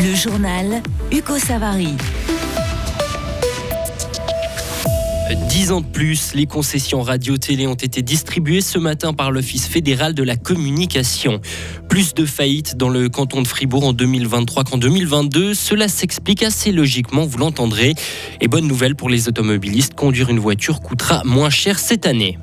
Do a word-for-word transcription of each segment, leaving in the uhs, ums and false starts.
Le journal Hugo Savary. Dix ans de plus, les concessions radio-télé ont été distribuées ce matin par l'Office fédéral de la communication. Plus de faillites dans le canton de Fribourg en deux mille vingt-trois qu'en deux mille vingt-deux. Cela s'explique assez logiquement, vous l'entendrez. Et bonne nouvelle pour les automobilistes, conduire une voiture coûtera moins cher cette année.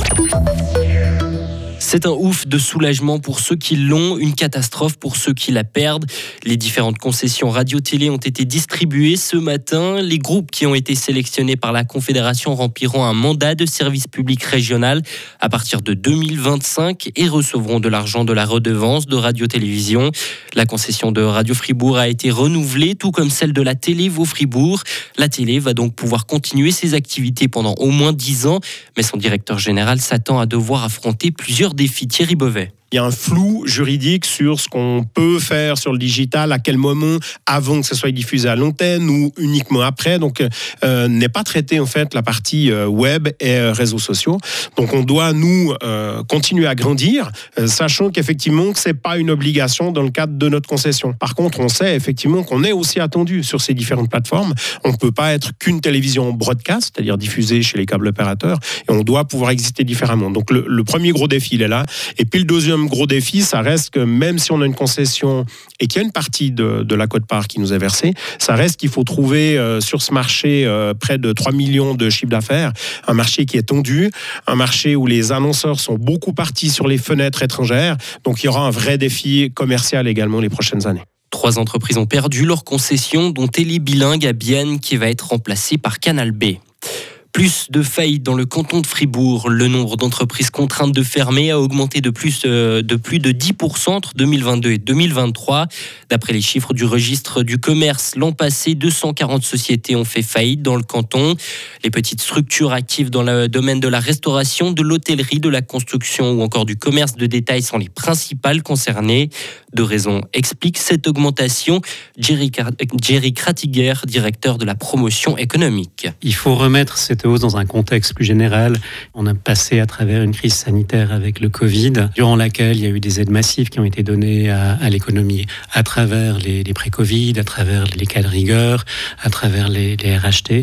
C'est un ouf de soulagement pour ceux qui l'ont, une catastrophe pour ceux qui la perdent. Les différentes concessions radio-télé ont été distribuées ce matin. Les groupes qui ont été sélectionnés par la Confédération rempliront un mandat de service public régional à partir de deux mille vingt-cinq et recevront de l'argent de la redevance de radio-télévision. La concession de Radio Fribourg a été renouvelée, tout comme celle de la Télé Vaud Fribourg. La télé va donc pouvoir continuer ses activités pendant au moins dix ans, mais son directeur général s'attend à devoir affronter plusieurs défis. Thierry Beauvais. Il y a un flou juridique sur ce qu'on peut faire sur le digital, à quel moment, avant que ça soit diffusé à l'antenne ou uniquement après. Donc, euh, n'est pas traité en fait la partie euh, web et euh, réseaux sociaux. Donc, on doit nous euh, continuer à grandir, euh, sachant qu'effectivement que c'est pas une obligation dans le cadre de notre concession. Par contre, on sait effectivement qu'on est aussi attendu sur ces différentes plateformes. On ne peut pas être qu'une télévision broadcast, c'est-à-dire diffusée chez les câbles opérateurs, et on doit pouvoir exister différemment. Donc, le, le premier gros défi, il est là. Et puis, le deuxième gros défi, ça reste que même si on a une concession et qu'il y a une partie de, de la quote-part qui nous est versée, ça reste qu'il faut trouver euh, sur ce marché euh, près de trois millions de chiffre d'affaires, un marché qui est tendu, un marché où les annonceurs sont beaucoup partis sur les fenêtres étrangères, donc il y aura un vrai défi commercial également les prochaines années. Trois entreprises ont perdu leur concession, dont Télé Bilingue à Bienne qui va être remplacée par Canal B. Plus de faillites dans le canton de Fribourg. Le nombre d'entreprises contraintes de fermer a augmenté de plus, euh, de plus de dix pour cent entre deux mille vingt-deux et deux mille vingt-trois. D'après les chiffres du registre du commerce, l'an passé, deux cent quarante sociétés ont fait faillite dans le canton. Les petites structures actives dans le domaine de la restauration, de l'hôtellerie, de la construction ou encore du commerce de détail sont les principales concernées. Deux raisons expliquent cette augmentation. Jerry, Jerry Kratiger, directeur de la promotion économique. Il faut remettre cette hausse dans un contexte plus général. On a passé à travers une crise sanitaire avec le Covid, durant laquelle il y a eu des aides massives qui ont été données à, à l'économie, à travers les, les pré-Covid, à travers les cas de rigueur, à travers les, les R H T.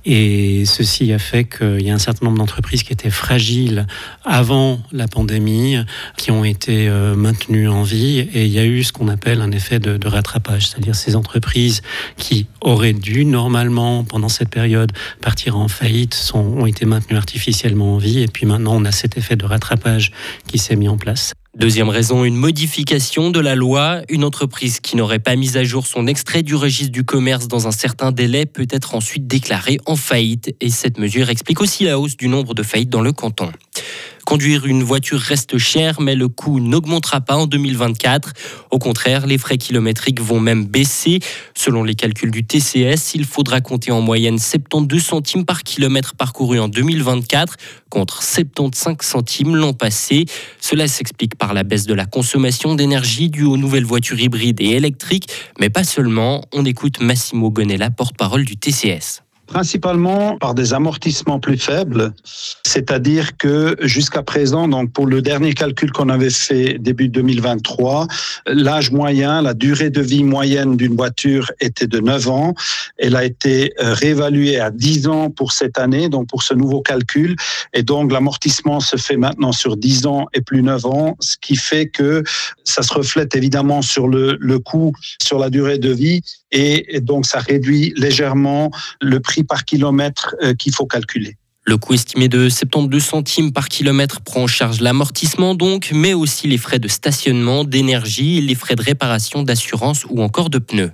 Et ceci a fait qu'il y a un certain nombre d'entreprises qui étaient fragiles avant la pandémie, qui ont été euh, maintenues en vie. Et il y a eu ce qu'on appelle un effet de, de rattrapage, c'est-à-dire ces entreprises qui auraient dû normalement, pendant cette période, partir en faillite, sont, ont été maintenues artificiellement en vie. Et puis maintenant, on a cet effet de rattrapage qui s'est mis en place. Deuxième raison, une modification de la loi. Une entreprise qui n'aurait pas mis à jour son extrait du registre du commerce dans un certain délai peut être ensuite déclarée en faillite. Et cette mesure explique aussi la hausse du nombre de faillites dans le canton. Conduire une voiture reste cher, mais le coût n'augmentera pas en deux mille vingt-quatre. Au contraire, les frais kilométriques vont même baisser. Selon les calculs du T C S, il faudra compter en moyenne soixante-douze centimes par kilomètre parcouru en deux mille vingt-quatre, contre soixante-quinze centimes l'an passé. Cela s'explique par la baisse de la consommation d'énergie due aux nouvelles voitures hybrides et électriques, mais pas seulement. On écoute Massimo Gonella, porte-parole du T C S. Principalement par des amortissements plus faibles, c'est-à-dire que jusqu'à présent, donc pour le dernier calcul qu'on avait fait début deux mille vingt-trois, l'âge moyen, la durée de vie moyenne d'une voiture était de neuf ans. Elle a été réévaluée à dix ans pour cette année, donc pour ce nouveau calcul. Et donc l'amortissement se fait maintenant sur dix ans et plus neuf ans, ce qui fait que ça se reflète évidemment sur le, le coût, sur la durée de vie. Et donc, ça réduit légèrement le prix par kilomètre euh, qu'il faut calculer. Le coût estimé de soixante-douze centimes par kilomètre prend en charge l'amortissement donc, mais aussi les frais de stationnement, d'énergie, et les frais de réparation, d'assurance ou encore de pneus.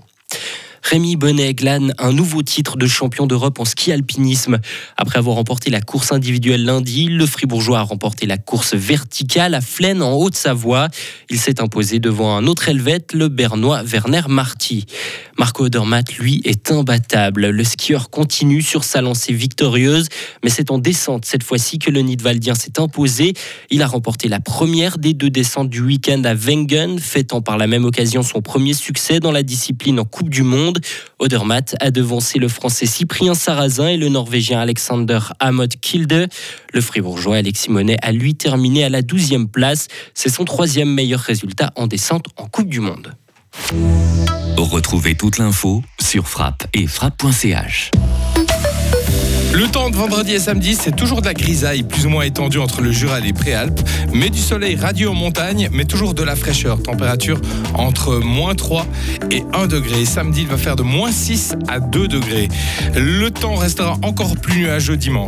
Rémi Bonnet glane un nouveau titre de champion d'Europe en ski alpinisme. Après avoir remporté la course individuelle lundi, le Fribourgeois a remporté la course verticale à Flaine en Haute-Savoie. Il s'est imposé devant un autre Helvète, le Bernois Werner Marty. Marco Odermatt, lui, est imbattable. Le skieur continue sur sa lancée victorieuse, mais c'est en descente cette fois-ci que le Nidwaldien s'est imposé. Il a remporté la première des deux descentes du week-end à Wengen, fêtant par la même occasion son premier succès dans la discipline en Coupe du Monde. Odermatt a devancé le Français Cyprien Sarrazin et le Norvégien Alexander Amod Kilde. Le Fribourgeois Alexis Monet a lui terminé à la douzième place. C'est son troisième meilleur résultat en descente en Coupe du Monde. Retrouvez toute l'info sur frappe et frappe point c h. Le temps de vendredi et samedi, c'est toujours de la grisaille plus ou moins étendue entre le Jura et les Préalpes, mais du soleil radieux en montagne, mais toujours de la fraîcheur. Température entre moins trois et un degré. Samedi, il va faire de moins six à deux degrés. Le temps restera encore plus nuageux dimanche.